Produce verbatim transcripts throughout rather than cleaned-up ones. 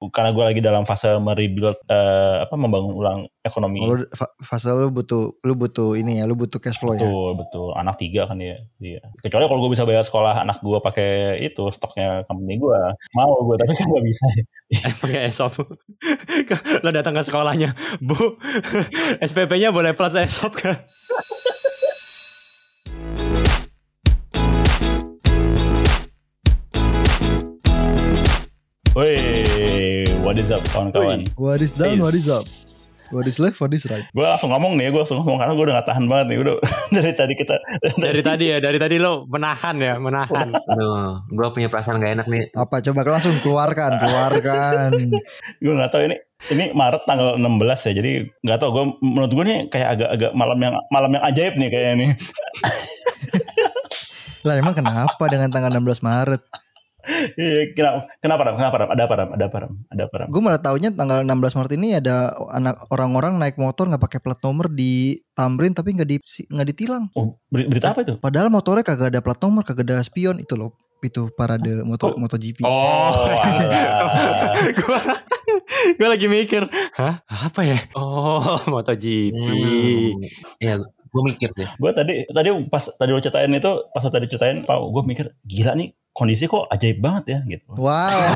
karena gue lagi dalam fase merebuild uh, apa membangun ulang ekonomi. Oh, lu, fase lu butuh lu butuh ini ya, lu butuh cash flow. Betul, ya. Betul, betul. Anak tiga kan ya. Iya. Kecuali kalau gue bisa bayar sekolah anak gue pakai itu stoknya company gue, mau gue tapi kan nggak bisa. Eh, pakai E S O P. Lo datang ke sekolahnya, Bu, S P P-nya boleh plus E S O P kan? Woi, what is up kawan-kawan? What is down, what is up? What is left, what is right? Gue langsung ngomong nih, gue langsung ngomong karena gue udah gak tahan banget nih. Udah dari tadi kita dari tadi ya, dari tadi lo menahan ya, menahan. Aduh, gue punya perasaan gak enak nih. Apa coba langsung keluarkan, keluarkan. Gue gak tahu ini ini Maret tanggal enam belas ya. Jadi gak tahu, gue menurut gue nih kayak agak-agak malam yang malam yang ajaib nih kayaknya nih. Lah emang kenapa dengan tanggal enam belas Maret? Iya, kenapa? Kenapa? Kenapa? Ada apa? Ada apa? Ada apa? Gue malah taunya tanggal enam belas Maret ini ada anak orang-orang naik motor nggak pakai plat nomor di Tamrin tapi nggak di nggak ditilang. Oh, berita apa itu? Padahal motornya kagak ada plat nomor, kagak ada spion itu loh. Itu parade moto oh. MotoGP. Oh, gue gue lagi mikir, hah apa ya? Oh, MotoGP. Hmm, ya, gue mikir sih. Gue tadi tadi pas tadi lo ceritain itu, pas tadi ceritain, Pak, gue mikir gila nih. Kondisi kok ajaib banget ya gitu. Wow.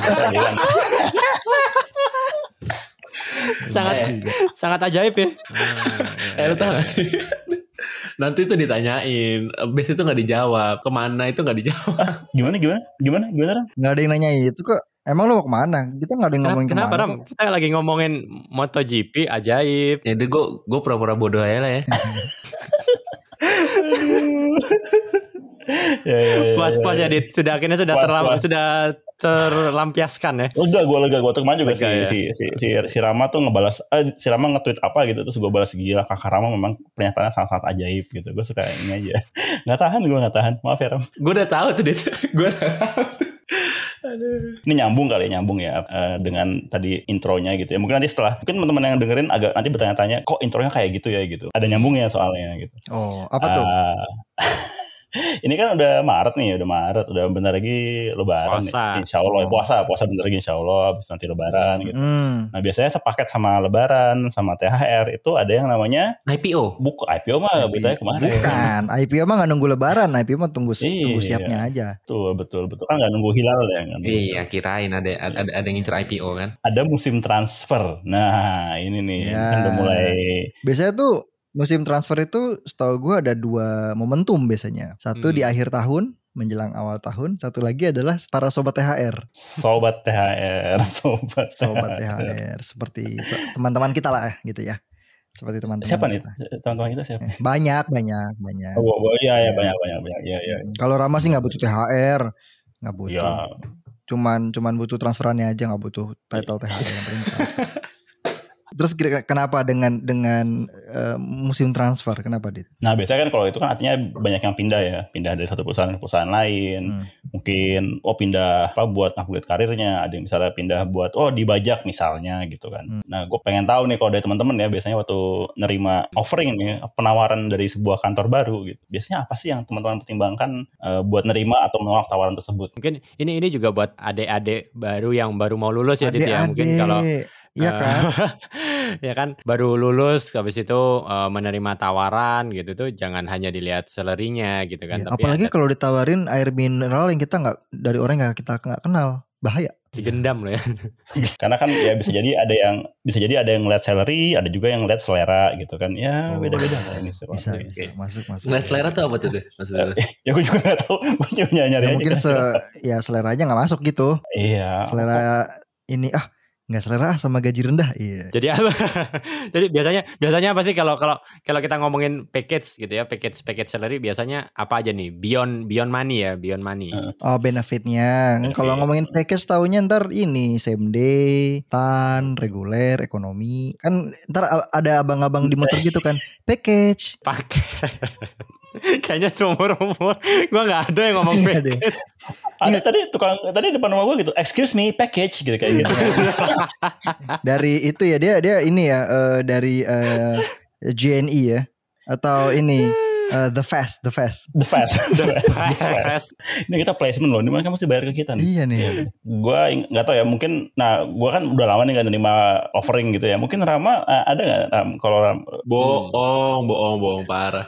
sangat sangat ajaib ya. Eh lu tau gak sih? Nanti tuh ditanyain, base itu nggak dijawab, kemana itu nggak dijawab. Gimana gimana gimana gimana? Nggak ada yang nanya itu kok. Emang lu mau kemana? Kita nggak ada yang ngomongin kenapa, kemana. Kenapa Ram? Kita lagi ngomongin MotoGP ajaib. Jadi gue gue pura-pura bodoh aja lah ya. ya, ya, ya, puas-puas ya, Dit. Sudah akhirnya sudah puas, terlam, puas. sudah terlampiaskan ya. Lega gue lega gue tuh kemarin juga si, ya. si si si si Rama tuh ngebalas eh, si Rama nge-tweet apa gitu terus gue balas gila kakak Rama memang pernyataannya sangat-sangat ajaib gitu. Gue suka ini aja. Nggak tahan gue nggak tahan. Maaf ya Ram. Gue udah tahu tuh Dit. Gue tahu. Aduh. Ini nyambung kali ya nyambung ya uh, dengan tadi intronya gitu ya. Mungkin nanti setelah mungkin teman-teman yang dengerin agak nanti bertanya-tanya kok intronya kayak gitu ya gitu. Ada nyambungnya soalnya gitu. Oh, apa tuh? Uh, ini kan udah Maret nih, udah Maret, udah bentar lagi Lebaran. Puasa. Insya Allah, Oh. puasa, puasa bentar lagi Insya Allah, habis nanti Lebaran gitu. Hmm. Nah biasanya sepaket sama Lebaran, sama T H R itu ada yang namanya I P O. buku I P O mah beritanya kemarin. Bukan, I P O mah nggak nunggu Lebaran, I P O mah tunggu Iya. tunggu siapnya aja. Betul, betul, betul. Kan nggak nunggu hilal ya kan. Iya, kirain ada ada ada yang ngincer I P O kan. Ada musim transfer. Nah ini nih, Ya. kan udah mulai. Biasanya tuh musim transfer itu setahu gue ada dua momentum biasanya. Satu Hmm. di akhir tahun menjelang awal tahun, satu lagi adalah para sobat T H R. Sobat T H R, sobat, Sobat T H R seperti so, teman-teman kita lah gitu ya. Seperti teman-teman Siapa nih? kita. Teman-teman kita siapa? Banyak, banyak, banyak. Oh, oh iya, ya, Ya. banyak, banyak, banyak. Iya, iya. Kalau Rama sih nggak butuh T H R, nggak butuh. Ya, Cuman cuman butuh transferannya aja, nggak butuh title T H R yang penting transfer. Terus kira- kenapa dengan dengan uh, musim transfer? Kenapa, Dit? nah biasanya kan kalau itu kan artinya banyak yang pindah ya, pindah dari satu perusahaan ke perusahaan lain. Hmm. Mungkin oh pindah apa buat upgrade karirnya, ada yang misalnya pindah buat oh dibajak misalnya gitu kan. Hmm. Nah gue pengen tahu nih kalau dari teman-teman ya biasanya waktu nerima offering nih penawaran dari sebuah kantor baru gitu, biasanya apa sih yang teman-teman pertimbangkan uh, buat nerima atau menolak tawaran tersebut? Mungkin ini ini juga buat adik-adik baru yang baru mau lulus ya, Dit ya. Mungkin Adik-adik. kalau Iya kan? ya kan baru lulus habis itu uh, menerima tawaran gitu tuh jangan hanya dilihat salary-nya gitu kan. Iya, Tapi apalagi ada- kalau ditawarin air mineral yang kita nggak dari orang yang kita nggak kenal, bahaya. digendam loh ya. Karena kan ya bisa jadi ada yang bisa jadi ada yang ngeliat salary, ada juga yang ngeliat selera gitu kan. Ya Oh, beda-beda lah ini sih. Bisa, bisa. Masuk, masuk. Ngeliat selera tuh apa tuh deh maksudnya? Ya gue juga nggak tahu, gue cuma nyari Ya aja. mungkin se ya seleranya nggak masuk gitu. Iya. Selera ini ah nggak selera ah sama gaji rendah. Iya. Jadi apa? Jadi biasanya biasanya apa sih kalau kalau kalau kita ngomongin package gitu ya, package package salary biasanya apa aja nih? Beyond beyond money ya, beyond money. Uh. Oh benefitnya. Benefit. Kalau ngomongin package tahunya ntar ini same day, tan, reguler, ekonomi. Kan ntar a- ada abang-abang di motor gitu kan. Package. Pakai. Kayaknya seumur-umur gue nggak ada yang ngomong Iya deh. package. Ada tadi tukang tadi depan rumah gue gitu, excuse me package gitu kayak gitu. Dari itu ya dia dia ini ya eh, dari eh, J N E ya atau ini Uh, the fast, the fast. The Fast. The Fast. The Fast. Fast. Ini kita placement loh. Ini mereka mesti bayar ke kita nih. Iya nih. Gue nggak tahu ya. Mungkin, nah gue kan udah lama nih nggak nerima offering gitu ya. Mungkin Rama uh, ada nggak Ram? Kalau Ram, Bohong, bohong, bohong parah.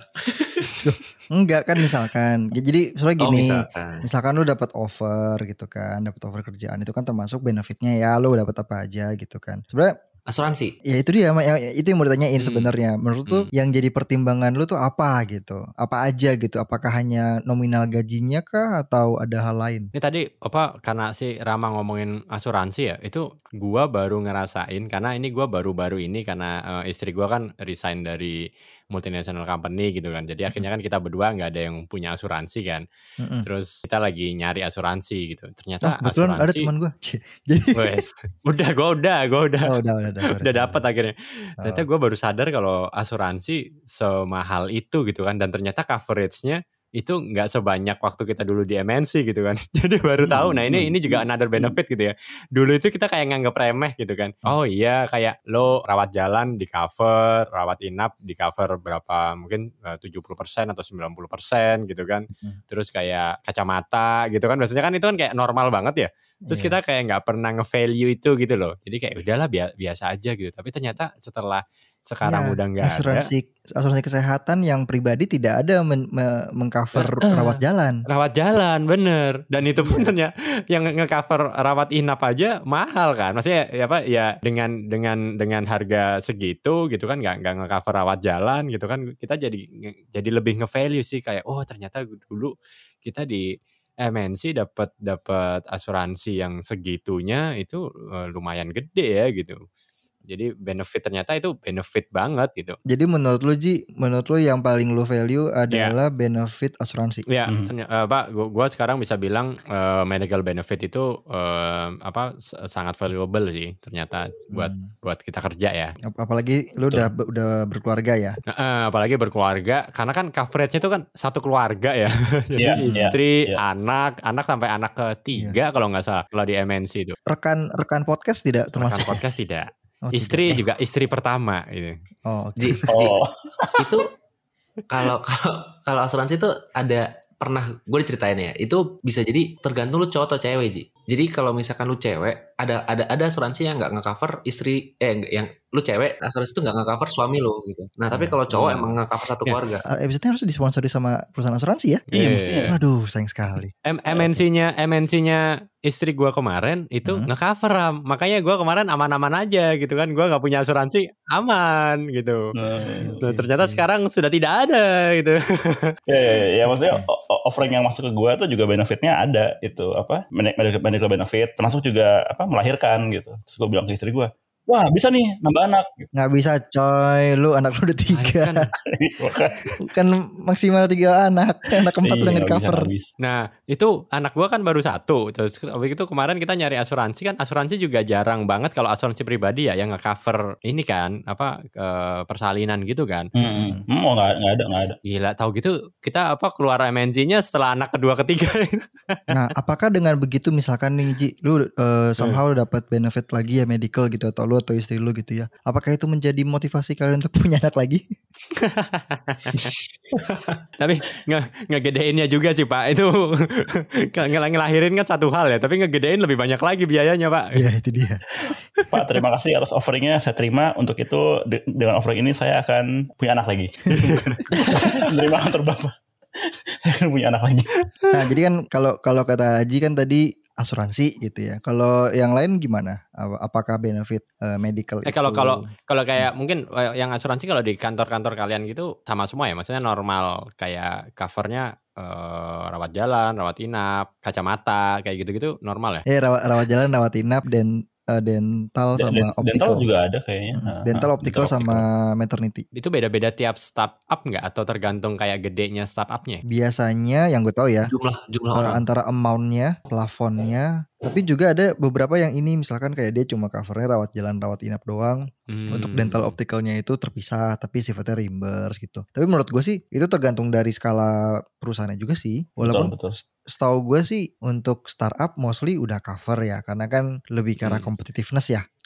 Enggak kan misalkan. Ya, jadi soalnya Oh, gini. misalkan. Misalkan lu dapat offer gitu kan, dapat offer kerjaan itu kan termasuk benefitnya ya lu dapat apa aja gitu kan. Sebenarnya Asuransi. ya itu dia, ya, itu yang mau ditanyain Hmm. sebenarnya. Menurut tuh Hmm. yang jadi pertimbangan lu tuh apa gitu? Apa aja gitu? Apakah hanya nominal gajinya kah atau ada hal lain? Ini tadi apa karena si Rama ngomongin asuransi ya, itu gua baru ngerasain karena ini gua baru-baru ini karena eh, istri gua kan resign dari multinational company gitu kan. Jadi akhirnya kan kita berdua nggak ada yang punya asuransi kan. Mm-mm. Terus kita lagi nyari asuransi gitu. Oh Ternyata kebetulan ada asuransi teman gue. Jadi wes, udah gua udah gua udah oh udah udah udah, sorry, udah sorry. dapat akhirnya. Ternyata Oh. gue baru sadar kalau asuransi semahal itu gitu kan, dan ternyata coveragenya itu nggak sebanyak waktu kita dulu di M N C gitu kan. Jadi baru Hmm, tahu. Nah ini hmm, ini juga hmm, another benefit gitu ya. Dulu itu kita kayak nganggap remeh gitu kan. Oh iya kayak lo rawat jalan di cover, rawat inap di cover berapa mungkin eh, tujuh puluh persen atau sembilan puluh persen gitu kan. Hmm. Terus kayak kacamata gitu kan. Biasanya kan itu kan kayak normal banget ya. Terus Iya. kita kayak nggak pernah nge-value itu gitu loh. Jadi kayak udahlah bia- biasa aja gitu. Tapi ternyata setelah sekarang Ya, udah nggak ada. asuransi asuransi kesehatan yang pribadi tidak ada men, me- mengcover rawat jalan. Rawat jalan bener. Dan itu pun ternyata yang nge-cover rawat inap aja mahal kan. Maksudnya ya apa ya dengan dengan dengan harga segitu gitu kan nggak nggak nge-cover rawat jalan gitu kan. Kita jadi jadi lebih nge-value sih kayak oh ternyata dulu kita di M N C dapat dapat asuransi yang segitunya itu eh, lumayan gede ya gitu. Jadi benefit ternyata itu benefit banget gitu. Jadi menurut lu Ji, menurut lu yang paling lu value adalah benefit asuransi. Ya, Mhm. ternyata eh, Pak, gua, gua sekarang bisa bilang eh, medical benefit itu eh, apa s- sangat valuable sih ternyata buat Hmm. buat kita kerja ya. Ap- Apalagi lu udah udah berkeluarga ya. Nah, eh, apalagi berkeluarga karena kan coverage-nya itu kan satu keluarga ya. Jadi Iya, iya, istri, iya. anak, anak sampai anak ketiga kalau nggak salah kalau di M N C itu. Rekan rekan podcast tidak termasuk. Rekan podcast tidak. Oh, Istri tidak. juga istri pertama gitu. Oh, oke. Ji, Ji, Oh, itu kalau kalau kalau asuransi itu ada pernah gue diceritain ya, itu bisa jadi tergantung lu cowok atau cewek Ji. Jadi kalau misalkan lu cewek, ada ada ada asuransi yang nggak nge-cover istri, eh nggak- yang lu cewek asuransi itu nggak nge-cover suami lu gitu. Nah tapi kalau cowok Hmm. emang nge-cover satu Ya. keluarga. Uh, Episode-nya harus disponsori sama perusahaan asuransi ya. Iya, mestinya. Waduh, sayang sekali. M- MNC-nya MNC-nya istri gua kemarin itu Hmm. nge-cover Ram. Makanya gua kemarin aman-aman aja gitu kan. Gua nggak punya asuransi, aman gitu. nah, Nah, ternyata sekarang sudah tidak ada gitu. ya, ya, ya, ya, maksudnya o- o- offering yang masuk ke gue tuh juga benefitnya ada itu apa medical, medical benefit termasuk juga apa melahirkan gitu. Terus gue bilang ke istri gue, wah bisa nih nambah anak. Gitu. Nggak bisa coy, lu anak lu udah tiga. Kan. Kan maksimal tiga anak, anak keempat Iya, udah nggak di nggak bisa, cover. nggak bisa. Nah, itu anak gua kan baru satu. Terus habis itu kemarin kita nyari asuransi kan. Asuransi juga jarang banget kalau asuransi pribadi ya yang nge-cover ini kan apa eh, persalinan gitu kan. Hmm, hmm, oh nggak nggak ada nggak ada. Gila, tahu gitu kita apa keluar M N C-nya setelah anak kedua ketiga. Nah, apakah dengan begitu misalkan nih Ji, lu uh, somehow dapat benefit lagi ya medical gitu atau lu atau istri lu gitu ya. Apakah itu menjadi motivasi kalian untuk punya anak lagi? Tapi nge ngegedeinnya juga sih Pak. Itu ngel- ngelahirin kan satu hal ya, tapi ngegedein lebih banyak lagi biayanya Pak. Ya itu dia. Pak, terima kasih atas offeringnya, saya terima. Untuk itu de- dengan offering ini saya akan punya anak lagi. Menerima kantor bapak. Saya akan punya anak lagi. Nah, jadi kan kalau kalau kata Haji kan tadi asuransi gitu ya. Kalau yang lain gimana? Ap- Apakah benefit uh, medical Eh itu? kalau kalau kalau kayak mungkin eh, yang asuransi kalau di kantor-kantor kalian gitu sama semua ya, maksudnya normal kayak covernya eh, rawat jalan, rawat inap, kacamata kayak gitu-gitu normal ya. Eh rawat, rawat jalan, rawat inap, dan uh, dental Den- sama den- dental optical. juga ada kayaknya. Hmm, Nah, dental, nah, optical, dental, sama maternity. Itu beda-beda tiap startup nggak atau tergantung kayak gedenya startupnya? Biasanya yang gue tahu ya, Jumlah jumlah uh, orang. antara amount-nya, plafonnya, tapi juga ada beberapa yang ini misalkan kayak dia cuma covernya rawat jalan, rawat inap doang. Hmm. Untuk dental opticalnya itu terpisah tapi sifatnya reimburse gitu. Tapi menurut gue sih itu tergantung dari skala perusahaannya juga sih. Walaupun betul, betul. setahu gue sih untuk startup mostly udah cover ya, karena kan lebih ke arah Hmm. competitiveness ya.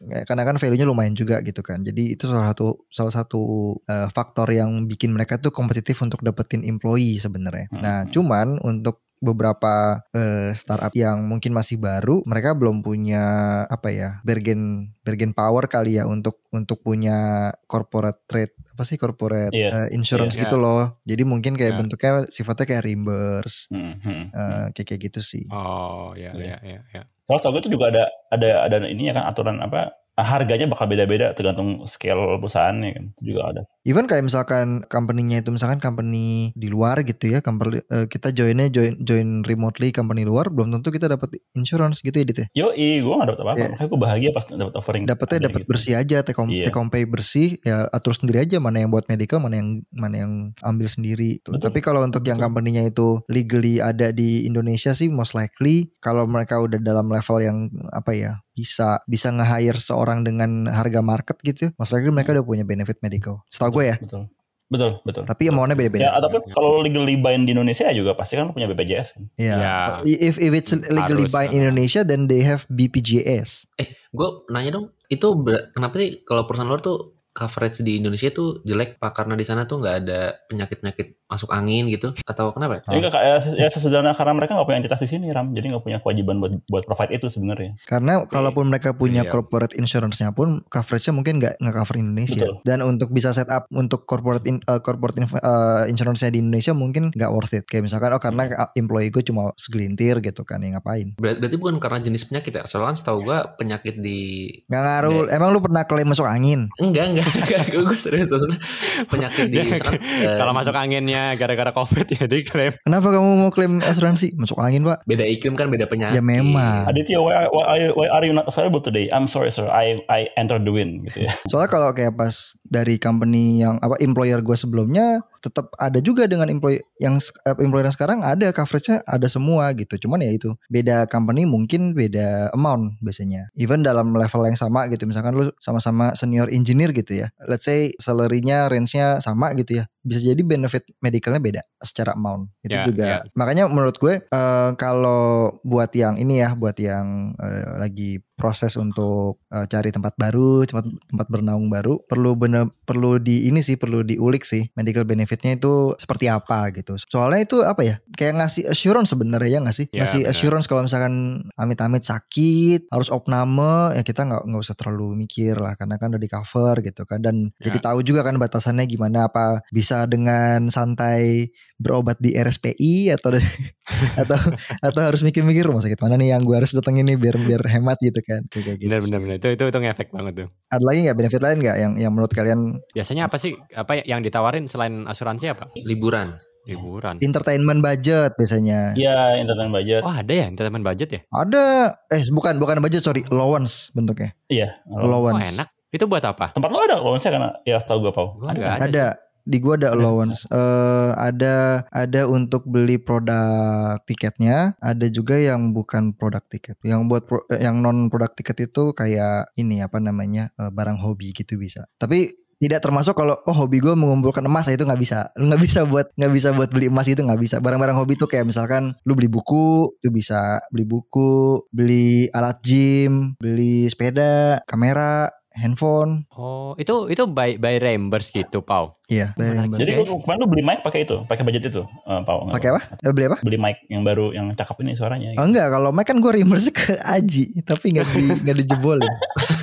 Karena kan value-nya lumayan juga gitu kan. Jadi itu salah satu salah satu uh, faktor yang bikin mereka tuh kompetitif untuk dapetin employee sebenarnya. Hmm. Nah, cuman untuk beberapa uh, startup yang mungkin masih baru, mereka belum punya apa ya, bargain bargain power kali ya untuk untuk punya corporate trade apa sih corporate yeah. uh, insurance yeah. gitu loh. Jadi mungkin kayak yeah. bentuknya sifatnya kayak reimburse, mm-hmm. uh, kayak kayak gitu sih. Oh ya ya ya ya. Soalnya tau gue tuh juga ada ada ada ini ya kan aturan apa harganya bakal beda-beda tergantung scale perusahaannya kan, itu juga ada. Even kayak misalkan company-nya itu misalkan company di luar gitu ya, company, uh, kita joinnya join join remotely company luar, belum tentu kita dapat insurance gitu ya Dit ya. Yoi, gue gak dapet apa-apa, yeah. makanya gue bahagia pas dapet offering. Dapetnya dapat gitu. Bersih aja, take home, yeah. take home pay bersih, ya atur sendiri aja mana yang buat medical, mana yang mana yang ambil sendiri. Tuh. Tapi kalau untuk Betul. Yang company-nya itu legally ada di Indonesia sih most likely kalau mereka udah dalam level yang apa ya, bisa bisa nge-hire seorang dengan harga market gitu, most likely mereka udah punya benefit medical. Setahu gue ya. Betul. Betul, betul. Tapi amount-nya beda-beda. Ya, ataupun kalau legally bind di Indonesia juga pasti kan punya B P J S kan. Iya. Yeah. If if it's legally Harus, bind in Indonesia then they have B P J S. Eh, gue nanya dong, itu ber- kenapa sih kalau perusahaan luar tuh coverage di Indonesia tuh jelek Pak, karena di sana tuh nggak ada penyakit-penyakit masuk angin gitu atau kenapa? Ya, ya, ya sesederhana karena mereka nggak punya entitas di sini Ram, jadi nggak punya kewajiban buat buat provide itu sebenarnya. Karena kalaupun mereka punya iya. corporate insurance-nya pun coverage-nya mungkin nggak nggak cover Indonesia. Betul. Dan untuk bisa set up untuk corporate in, uh, corporate in, uh, insurance-nya di Indonesia mungkin nggak worth it. Kayak misalkan oh karena employee gue cuma segelintir gitu kan, yang ngapain? Ber- berarti bukan karena jenis penyakit ya? Soalnya setahu gue penyakit di nggak ngaruh. Nggak. Emang lu pernah klaim masuk angin? Enggak enggak. enggak. gue serius maksudnya penyakit di misalkan, kalau uh, masuk anginnya gara-gara COVID ya diklaim. Kenapa kamu mau klaim asuransi? Masuk angin Pak. Beda iklim kan, beda penyakit. Ya memang. Aditya, why, why, why are you not available today? I'm sorry sir, I I entered the wind gitu ya. Soalnya kalau kayak pas dari company yang apa employer gue sebelumnya tetap ada juga dengan employee yang uh, employer yang sekarang ada coveragenya ada semua gitu. Cuman ya itu beda company mungkin beda amount biasanya. Even dalam level yang sama gitu. Misalkan lu sama-sama senior engineer gitu ya. Let's say salary-nya range-nya sama gitu ya. Bisa jadi benefit medicalnya beda secara amount. Itu yeah, juga. Yeah. Makanya menurut gue uh, kalau buat yang ini ya, buat yang uh, lagi proses untuk uh, cari tempat baru, tempat tempat bernaung baru, perlu bener perlu di ini sih, perlu diulik sih medical benefitnya itu seperti apa gitu. Soalnya itu apa ya? Kayak ngasih assurance sebenarnya ya nggak sih? Yeah, ngasih bener. Assurance kalau misalkan amit-amit sakit, harus opname, ya kita nggak nggak usah terlalu mikir lah karena kan udah di cover gitu kan. Dan yeah. jadi tahu juga kan batasannya gimana, apa bisa dengan santai berobat di R S P I atau atau atau harus mikir-mikir rumah sakit mana nih yang gue harus datengin nih biar biar hemat gitu kan. Kayak gitu. Benar-benar itu itu itu ngefek banget tuh. Ada lagi nggak benefit lain nggak yang yang menurut kalian? Biasanya apa sih, apa yang ditawarin selain asuransi apa? Liburan. Liburan. Entertainment budget biasanya. Iya, entertainment budget. Oh ada ya entertainment budget ya? Ada. Eh bukan bukan budget sorry, allowance bentuknya. Iya. Allowance. Oh enak. Itu buat apa? Tempat lo ada allowance-nya karena ya tahu gue Pau. Ada. Ada. ada. Di gua ada allowance, uh, ada ada untuk beli produk tiketnya, ada juga yang bukan produk tiket. Yang buat pro, yang non produk tiket itu kayak ini apa namanya uh, barang hobi gitu bisa. Tapi tidak termasuk kalau oh hobi gue mengumpulkan emas, itu nggak bisa. Lu nggak bisa buat nggak bisa buat beli emas, itu nggak bisa. Barang-barang hobi itu kayak misalkan lu beli buku, itu bisa beli buku, beli alat gym, beli sepeda, kamera, handphone. Oh, itu itu by by reimburse gitu, Pau. Iya, by reimburse. Jadi kemarin lu beli mic pakai itu, pakai budget itu, uh, Pau. Pakai apa? Eh, beli apa? Beli mic yang baru yang cakep ini suaranya. Gitu. Oh enggak, kalau mic kan gue reimburse ke Aji, tapi enggak di enggak dijebolin.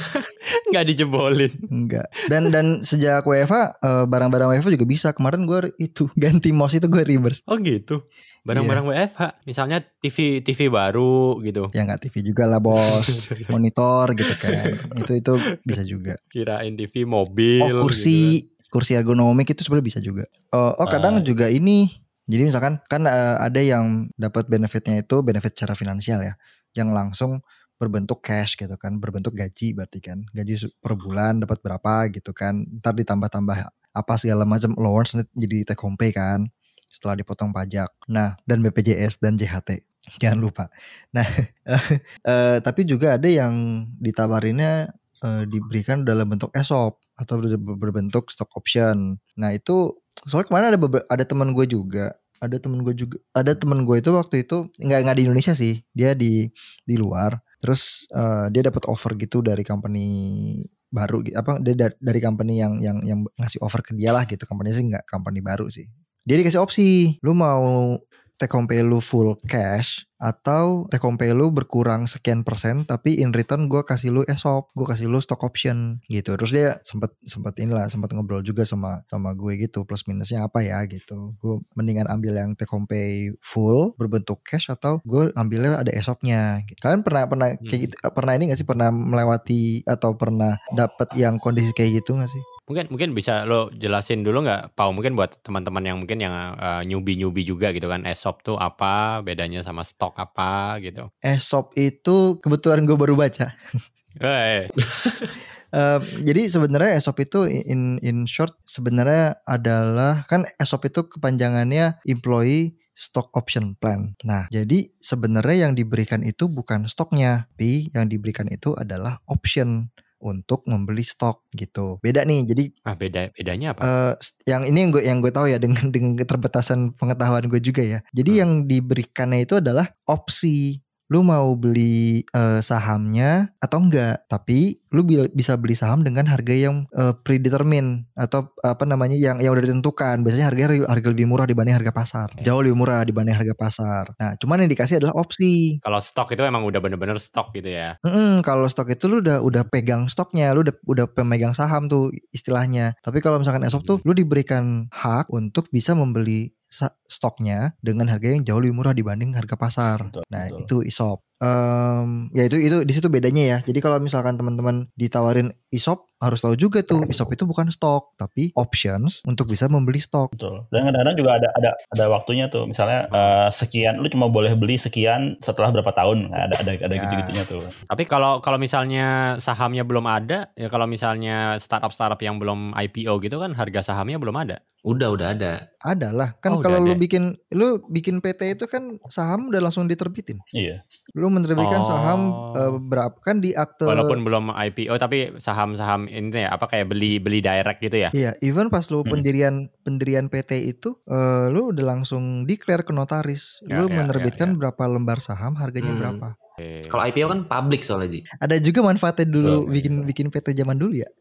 Enggak dijebolin. Enggak. Dan dan sejak W F H uh, barang-barang W F H juga bisa. Kemarin gue itu ganti mouse itu gue reimburse. Oh gitu. Barang-barang yeah. W F H, misalnya T V T V baru gitu. Ya nggak T V juga lah bos, monitor gitu kan. Itu itu bisa juga. Kirain T V mobil. Oh kursi, gitu. Kursi ergonomik itu sebenarnya bisa juga. Oh, oh kadang uh. juga ini. Jadi misalkan kan uh, ada yang dapat benefitnya itu benefit secara finansial ya, yang langsung berbentuk cash gitu kan, berbentuk gaji berarti kan, gaji per bulan dapat berapa gitu kan. Ntar ditambah-tambah apa segala macam allowance jadi take home pay kan. Setelah dipotong pajak. Nah, dan B P J S dan J H T. Jangan lupa. Nah, uh, tapi juga ada yang ditawarinnya uh, diberikan dalam bentuk E S O P atau berbentuk stock option. Nah, itu soalnya kemarin ada beber- ada teman gue juga, ada teman gue juga, ada teman gue itu waktu itu nggak nggak di Indonesia sih, dia di di luar. Terus uh, dia dapat offer gitu dari company baru, apa dia dari, dari company yang yang yang ngasih offer ke dia lah gitu. Company sih nggak company baru sih. Dia dikasih opsi, lu mau take home pay lu full cash atau take home pay lu berkurang sekian persen tapi in return gue kasih lu E S O P, gue kasih lu stock option gitu. Terus dia sempat sempat inilah sempat ngobrol juga sama sama gue gitu, plus minusnya apa ya gitu. Gue mendingan ambil yang take home pay full berbentuk cash atau gue ambilnya ada E S O P-nya gitu. Kalian pernah pernah kayak gitu, pernah ini nggak sih, pernah melewati atau pernah dapat yang kondisi kayak gitu nggak sih? Mungkin mungkin bisa lo jelasin dulu nggak, Pau, mungkin buat teman-teman yang mungkin yang uh, newbie-newbie juga gitu kan, E S O P tuh apa, bedanya sama stok apa gitu. E S O P itu kebetulan gue baru baca. Eh. Uh, jadi sebenarnya E S O P itu in in short sebenarnya adalah, kan E S O P itu kepanjangannya Employee Stock Option Plan. Nah, jadi sebenarnya yang diberikan itu bukan stoknya, tapi yang diberikan itu adalah option untuk membeli stok gitu. Beda nih. Jadi ah beda bedanya apa? Uh, yang ini yang gue yang gue tahu ya dengan dengan keterbatasan pengetahuan gue juga ya. Jadi hmm. yang diberikannya itu adalah opsi. Lu mau beli uh, sahamnya atau enggak, tapi lu bisa beli saham dengan harga yang uh, predetermined atau apa namanya yang yang udah ditentukan. Biasanya harga harga lebih murah dibanding harga pasar. Jauh lebih murah dibanding harga pasar. Nah, cuman yang dikasih adalah opsi. Kalau stok itu emang udah bener-bener stok gitu ya. Mm-mm, kalau stok itu lu udah udah pegang stoknya, lu udah udah pemegang saham tuh istilahnya. Tapi kalau misalkan E S O P tuh lu diberikan hak untuk bisa membeli stoknya dengan harga yang jauh lebih murah dibanding harga pasar. Betul, nah betul. Itu E S O P. Um, ya itu itu di situ bedanya ya. Jadi kalau misalkan teman-teman ditawarin E S O P, harus tahu juga tuh E S O P itu bukan stok tapi options untuk bisa membeli stok. Betul. Dan kadang-kadang juga ada ada ada waktunya tuh. Misalnya uh, sekian, lu cuma boleh beli sekian setelah berapa tahun. Nah, ada ada ada ya. Gitu-gitunya tuh. Tapi kalau kalau misalnya sahamnya belum ada, ya kalau misalnya startup-startup yang belum I P O gitu kan harga sahamnya belum ada. Udah udah ada. Ada lah. Kan oh, kalau lu ada. bikin lu bikin P T itu kan saham udah langsung diterbitin. Iya. Lu menerbitkan oh. saham uh, berapa kan di akte. Walaupun belum I P O tapi saham-saham ini ya apa kayak beli beli direct gitu ya. Iya, even pas lu pendirian hmm. pendirian P T itu uh, lu udah langsung declare ke notaris. Ya, lu ya, menerbitkan ya, ya. berapa lembar saham, harganya hmm. berapa. Okay. Kalau I P O kan public soalnya, Ji. Ada juga manfaatnya dulu oh, bikin iya. bikin P T zaman dulu ya.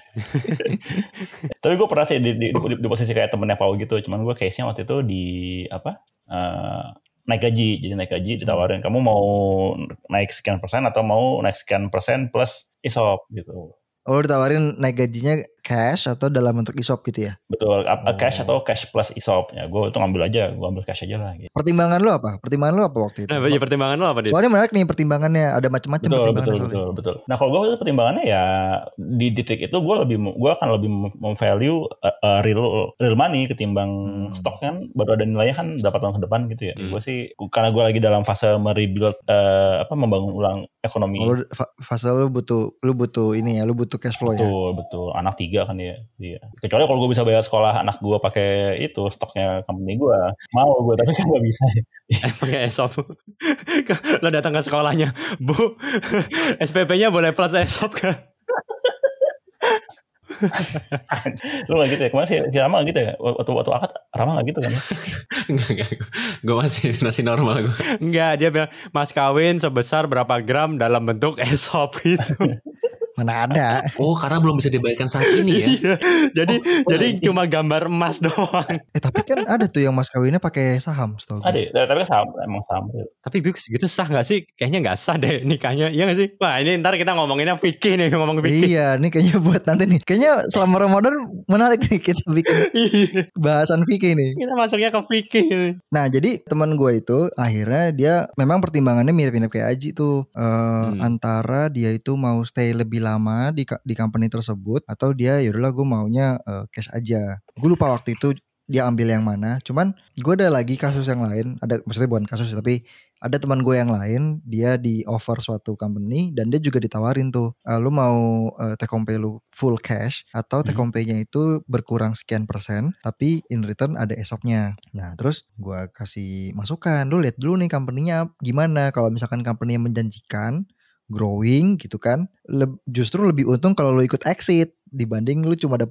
Tapi gue pernah sih di, di, di, di posisi kayak temennya Pau gitu. Cuman gue case-nya waktu itu di apa uh, naik gaji. Jadi naik gaji ditawarin, hmm. kamu mau naik sekian persen atau mau naik sekian persen plus E S O P gitu. Oh, ditawarin naik gajinya cash atau dalam bentuk E S O P gitu ya? Betul, oh. cash atau cash plus E S O P. Ya, gue tuh ngambil aja, gue ambil cash aja lah. Gitu. Pertimbangan lu apa? Pertimbangan lu apa waktu itu? Nah, ya pertimbangan lu apa? Dit? Soalnya menarik nih pertimbangannya, ada macam-macam betul, pertimbangannya. Betul, betul, betul. Nah, kalau gue pertimbangannya ya di titik itu gue lebih, gue akan lebih memvalue uh, uh, real real money ketimbang hmm. stok kan baru ada nilainya kan berapa tahun ke depan gitu ya. Hmm. Gue sih karena gue lagi dalam fase merebuild uh, apa membangun ulang ekonomi. Oh, fase lu butuh, lu butuh ini ya, lu butuh cash flow betul, ya. Betul, anak tiga kan ya. Iya. Kecuali kalau gue bisa bayar sekolah anak gue pakai itu stoknya company gue, mau gue, tapi kan nggak bisa. Pakai E S O P. Lo datang ke sekolahnya, Bu, S P P-nya boleh plus E S O P kan? Lu gak gitu ya? Kemarin si, si Rama gak gitu ya? Waktu, waktu akad Rama gak gitu kan? Enggak, enggak. Gue masih masih normal gue. Enggak, dia bilang mas kawin sebesar berapa gram dalam bentuk E S O P itu. Mana ada. Oh, karena belum bisa dibayarkan saat ini ya. Iya. Jadi oh, jadi oh, cuma gambar emas doang. Eh tapi kan ada tuh yang mas kawinnya pakai saham setahu gue. Ada, tapi saham emang saham. Tapi itu gitu sah gak sih? Kayaknya gak sah deh nikahnya. Iya gak sih? Wah, ini ntar kita ngomonginnya fikih nih, ngomong fikih. Iya, ini kayaknya buat nanti nih. Kayaknya selama Ramadan menarik nih kita bikin bahasan fikih nih. Kita masuknya ke fikih. Nah, jadi teman gue itu akhirnya dia memang pertimbangannya mirip-mirip kayak Aji tuh. Uh, hmm. Antara dia itu mau stay lebih lama di di company tersebut atau dia yaudahlah gue maunya uh, cash aja. Gue lupa waktu itu dia ambil yang mana. Cuman gue ada lagi kasus yang lain, ada maksudnya bukan kasus tapi ada teman gue yang lain, dia di offer suatu company dan dia juga ditawarin tuh, uh, lu mau uh, take home pay lu full cash atau take home pay-nya itu berkurang sekian persen tapi in return ada E S O P-nya. Nah terus gue kasih masukan, lu lihat dulu nih company-nya gimana. Kalau misalkan company yang menjanjikan growing gitu kan, le- justru lebih untung kalau lu ikut exit dibanding lu cuma dapat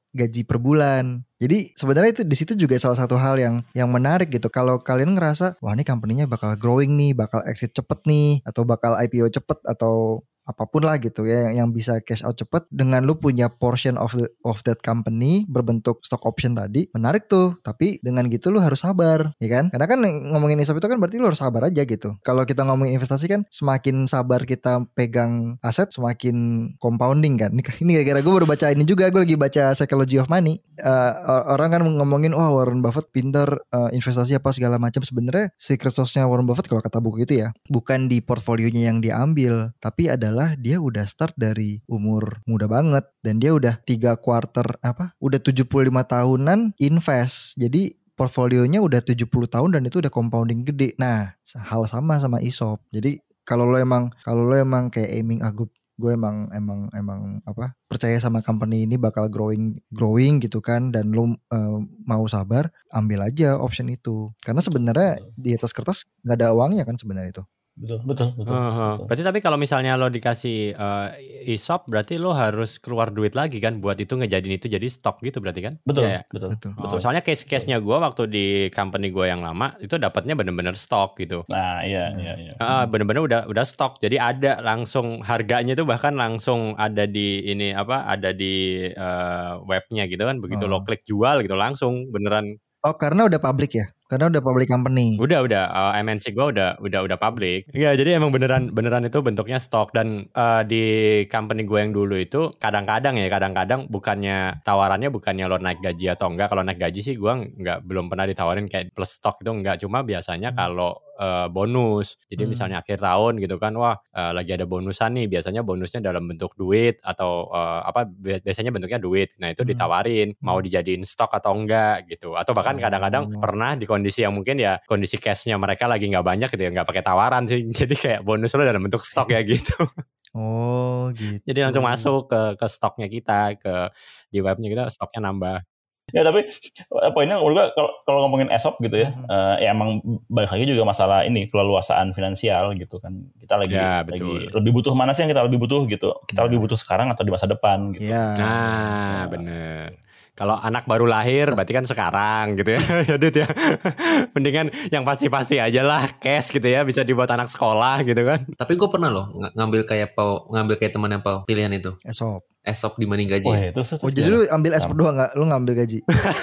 gaji per bulan. Jadi sebenarnya itu di situ juga salah satu hal yang yang menarik gitu. Kalau kalian ngerasa wah ini company-nya bakal growing nih, bakal exit cepet nih, atau bakal I P O cepet atau apapun lah gitu ya yang bisa cash out cepet dengan lu punya portion of the, of that company berbentuk stock option tadi, menarik tuh. Tapi dengan gitu lu harus sabar, ya kan? Karena kan ngomongin E S O P itu kan berarti lu harus sabar aja gitu. Kalau kita ngomongin investasi kan semakin sabar kita pegang aset semakin compounding kan. Ini gara-gara gue baru baca ini juga, gue lagi baca Psychology of Money. Uh, orang kan ngomongin wah oh, Warren Buffett pinter uh, investasi apa segala macam. Sebenarnya secret sauce-nya Warren Buffett kalau kata buku itu ya bukan di portfolionya yang diambil, tapi adalah dia udah start dari umur muda banget dan dia udah tiga quarter apa udah tujuh puluh lima tahunan invest. Jadi portfolionya udah tujuh puluh tahun dan itu udah compounding gede. Nah, hal sama sama E S O P. Jadi kalau lo emang kalau lo emang kayak aiming ah gue gue emang emang emang apa percaya sama company ini bakal growing growing gitu kan dan lo uh, mau sabar, ambil aja option itu. Karena sebenarnya di atas kertas nggak ada uangnya kan sebenarnya itu. Betul, betul, betul, uh-huh. betul. Berarti tapi kalau misalnya lo dikasih uh, E S O P, berarti lo harus keluar duit lagi kan buat itu ngejadiin itu jadi stok gitu berarti kan? Betul, ya, betul, betul. Oh, betul. Soalnya case-case-nya gue waktu di company gue yang lama itu dapatnya bener-bener stok gitu. Nah, iya, iya, iya. Uh, bener-bener udah udah stok. Jadi ada langsung harganya itu bahkan langsung ada di ini apa? Ada di uh, webnya gitu kan. Begitu oh. lo klik jual gitu langsung beneran. Oh, karena udah public ya? Karena udah public company. Udah udah uh, M N C gue udah udah udah public. Iya, jadi emang beneran beneran itu bentuknya stok dan uh, di company gue yang dulu itu kadang-kadang ya kadang-kadang bukannya tawarannya bukannya lo naik gaji atau enggak. Kalau naik gaji sih gue nggak belum pernah ditawarin kayak plus stok itu enggak. Cuma biasanya hmm. kalau uh, bonus. Jadi hmm. misalnya akhir tahun gitu kan, wah uh, lagi ada bonusan nih. Biasanya bonusnya dalam bentuk duit atau uh, apa biasanya bentuknya duit. Nah itu hmm. ditawarin mau dijadiin stok atau enggak gitu. Atau bahkan kadang-kadang hmm. pernah di kondisi yang mungkin ya kondisi cashnya mereka lagi nggak banyak gitu ya, nggak pakai tawaran sih, jadi kayak bonus lo dalam bentuk stok ya gitu. Oh gitu. Jadi langsung masuk ke ke stoknya kita, ke di webnya kita stoknya nambah. Ya tapi poinnya juga kalau kalau ngomongin E S O P gitu ya, mm-hmm. uh, ya emang balik lagi juga masalah ini keleluasaan finansial gitu kan. Kita lagi ya, lagi lebih butuh mana sih yang kita lebih butuh gitu. Kita ya. lebih butuh sekarang atau di masa depan gitu. Ya. Nah, bener. Kalau anak baru lahir berarti kan sekarang gitu ya. Ya Dit ya. Mendingan yang pasti-pasti aja lah cash gitu ya, bisa dibuat anak sekolah gitu kan. Tapi gue pernah loh ng- ngambil kayak Pau, ngambil kayak teman yang Pau pilihan itu. E S O P. E S O P dibanding gaji. Oh, ya, terus, terus, oh jadi lu ambil S P doang enggak? Lu ngambil gaji.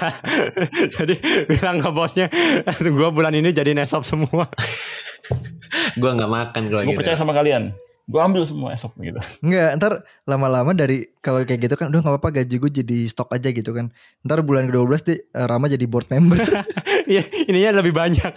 Jadi bilang ke bosnya, gue bulan ini jadiin E S O P semua. Gue enggak makan kalau gitu. Gue percaya sama kalian. Gue ambil semua E S O P gitu. Enggak, ntar lama-lama dari kalau kayak gitu kan, udah nggak apa-apa gaji gue jadi stok aja gitu kan. Ntar bulan ke dua belas deh Rama jadi board member. Iya, ininya lebih banyak,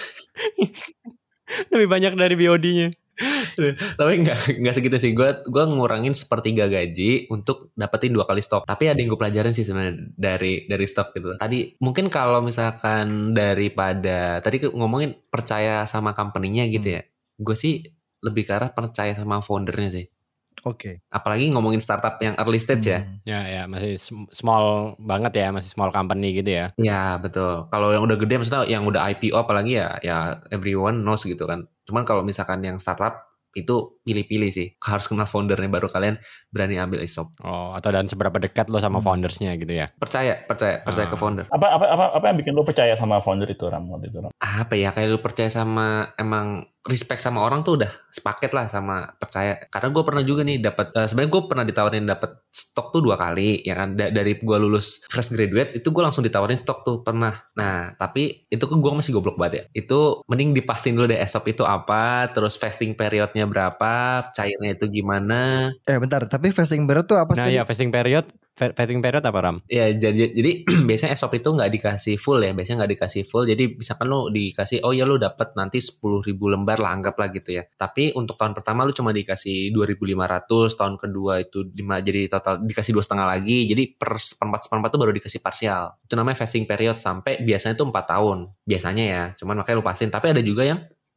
lebih banyak dari B O D-nya. Tapi nggak nggak segitu sih. Gue gue ngurangin sepertiga gaji untuk dapetin dua kali stok. Tapi ada yang gue pelajarin sih sebenarnya dari dari stok gitu. Tadi mungkin kalau misalkan daripada tadi ngomongin percaya sama company-nya gitu ya. Gue sih lebih ke arah percaya sama foundernya sih. Oke. Okay. Apalagi ngomongin startup yang early stage hmm. ya. Ya ya masih small banget ya, masih small company gitu ya. Ya betul. Kalau yang udah gede maksudnya yang udah I P O apalagi ya ya everyone knows gitu kan. Cuman kalau misalkan yang startup itu pilih-pilih sih. Harus kenal foundernya baru kalian berani ambil E S O P. Oh, atau dan seberapa dekat lo sama foundersnya gitu ya? Percaya, percaya, percaya ah. ke founder. Apa apa apa apa yang bikin lo percaya sama founder itu Ram waktu itu Ram? Apa ya kayak lo percaya sama emang respect sama orang tuh udah sepaket lah sama percaya. Karena gue pernah juga nih dapat uh, sebenarnya gue pernah ditawarin dapat stok tuh dua kali ya kan. Da- dari gue lulus fresh graduate itu gue langsung ditawarin stok tuh pernah. Nah tapi itu kan gue masih goblok banget ya. Itu mending dipastiin dulu deh E S O P itu apa, terus vesting periodnya berapa, cairnya itu gimana. Eh bentar, tapi vesting period tuh apa sih? Nah ya vesting period Vesting period apa Ram? Ya jadi, jadi biasanya E S O P itu nggak dikasih full ya, biasanya nggak dikasih full. Jadi misalkan lu dikasih, oh ya lu dapat nanti sepuluh ribu lembar lah anggaplah gitu ya. Tapi untuk tahun pertama lu cuma dikasih dua ribu lima ratus, tahun kedua itu lima, jadi total dikasih dua setengah lagi. Jadi per seperempat seperempat itu baru dikasih parsial. Itu namanya vesting period sampai biasanya itu empat tahun. Biasanya ya, cuman makanya lu pastiin. Tapi ada juga yang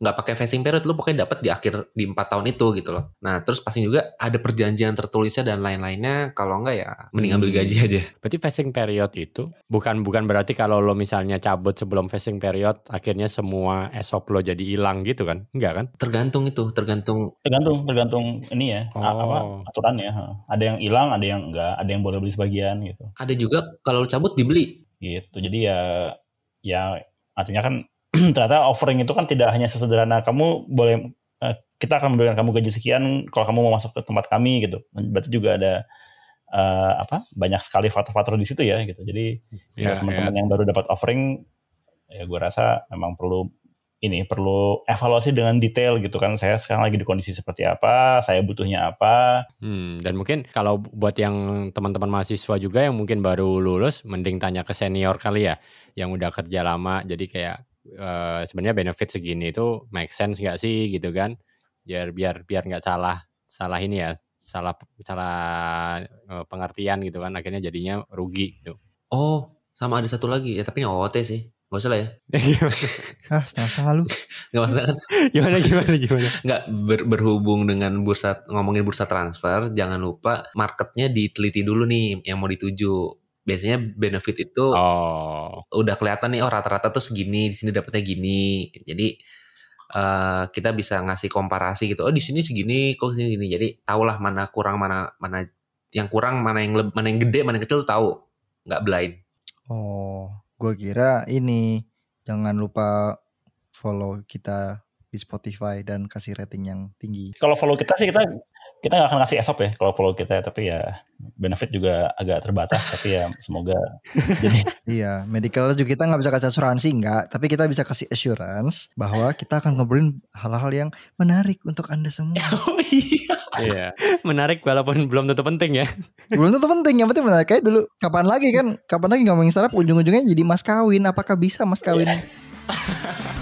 nggak pakai vesting period, lu pokoknya dapat di akhir di empat tahun itu gitu loh. Nah terus pasti juga ada perjanjian tertulisnya dan lain-lainnya. Kalau enggak ya mending ambil gaji aja. Berarti vesting period itu bukan bukan berarti kalau lo misalnya cabut sebelum vesting period akhirnya semua E S O P lo jadi hilang gitu kan? Enggak kan? Tergantung itu, tergantung Tergantung tergantung ini ya Oh. apa aturannya. ha. Ada yang hilang, ada yang enggak, ada yang boleh beli sebagian gitu. ada juga kalau lu cabut dibeli. Gitu. Jadi ya ya artinya kan ternyata offering itu kan tidak hanya sesederhana kamu boleh eh, kita akan memberikan kamu gaji sekian kalau kamu mau masuk ke tempat kami gitu. Berarti juga ada eh, apa banyak sekali faktor-faktor di situ ya gitu. Jadi Ya, buat teman-teman yang baru dapat offering ya gue rasa memang perlu ini perlu evaluasi dengan detail gitu kan. Saya sekarang lagi di kondisi seperti apa, saya butuhnya apa. Hmm, dan mungkin kalau buat yang teman-teman mahasiswa juga yang mungkin baru lulus, mending tanya ke senior kali ya, yang udah kerja lama. Jadi kayak eh, sebenarnya benefit segini itu make sense nggak sih gitu kan? Biar biar biar nggak salah salah ini ya, salah salah eh, pengertian gitu kan. Akhirnya jadinya rugi gitu. Oh, sama ada satu lagi ya, tapi ini O T sih. Gak usah lah ya. Ah setengah-setengah lu. Gak maksudnya kan gimana gimana gimana? nggak ber- berhubung dengan bursa, ngomongin bursa transfer, jangan lupa marketnya diteliti dulu nih yang mau dituju. Biasanya benefit itu Oh, udah kelihatan nih, oh rata-rata tuh segini, di sini dapetnya gini. Jadi eh, kita bisa ngasih komparasi gitu. Oh di sini segini, kok sini gini. Jadi tahulah mana kurang, mana mana yang kurang, mana yang leb- mana yang gede, mana yang kecil tahu. Nggak blind. Oh, gue kira ini jangan lupa follow kita di Spotify dan kasih rating yang tinggi. Kalau follow kita sih kita kita nggak akan kasih E S O P ya kalau follow kita, tapi ya benefit juga agak terbatas, tapi ya semoga jadi Iya, medical juga kita nggak bisa kasih asuransi nggak, tapi kita bisa kasih assurance bahwa kita akan ngobrolin hal-hal yang menarik untuk Anda semua. Oh iya. iya. Menarik walaupun belum tentu penting ya. Belum tentu penting, yang penting menarik aja dulu. Kapan lagi kan? Kapan lagi ngomongin startup ujung-ujungnya jadi mas kawin? Apakah bisa mas kawin?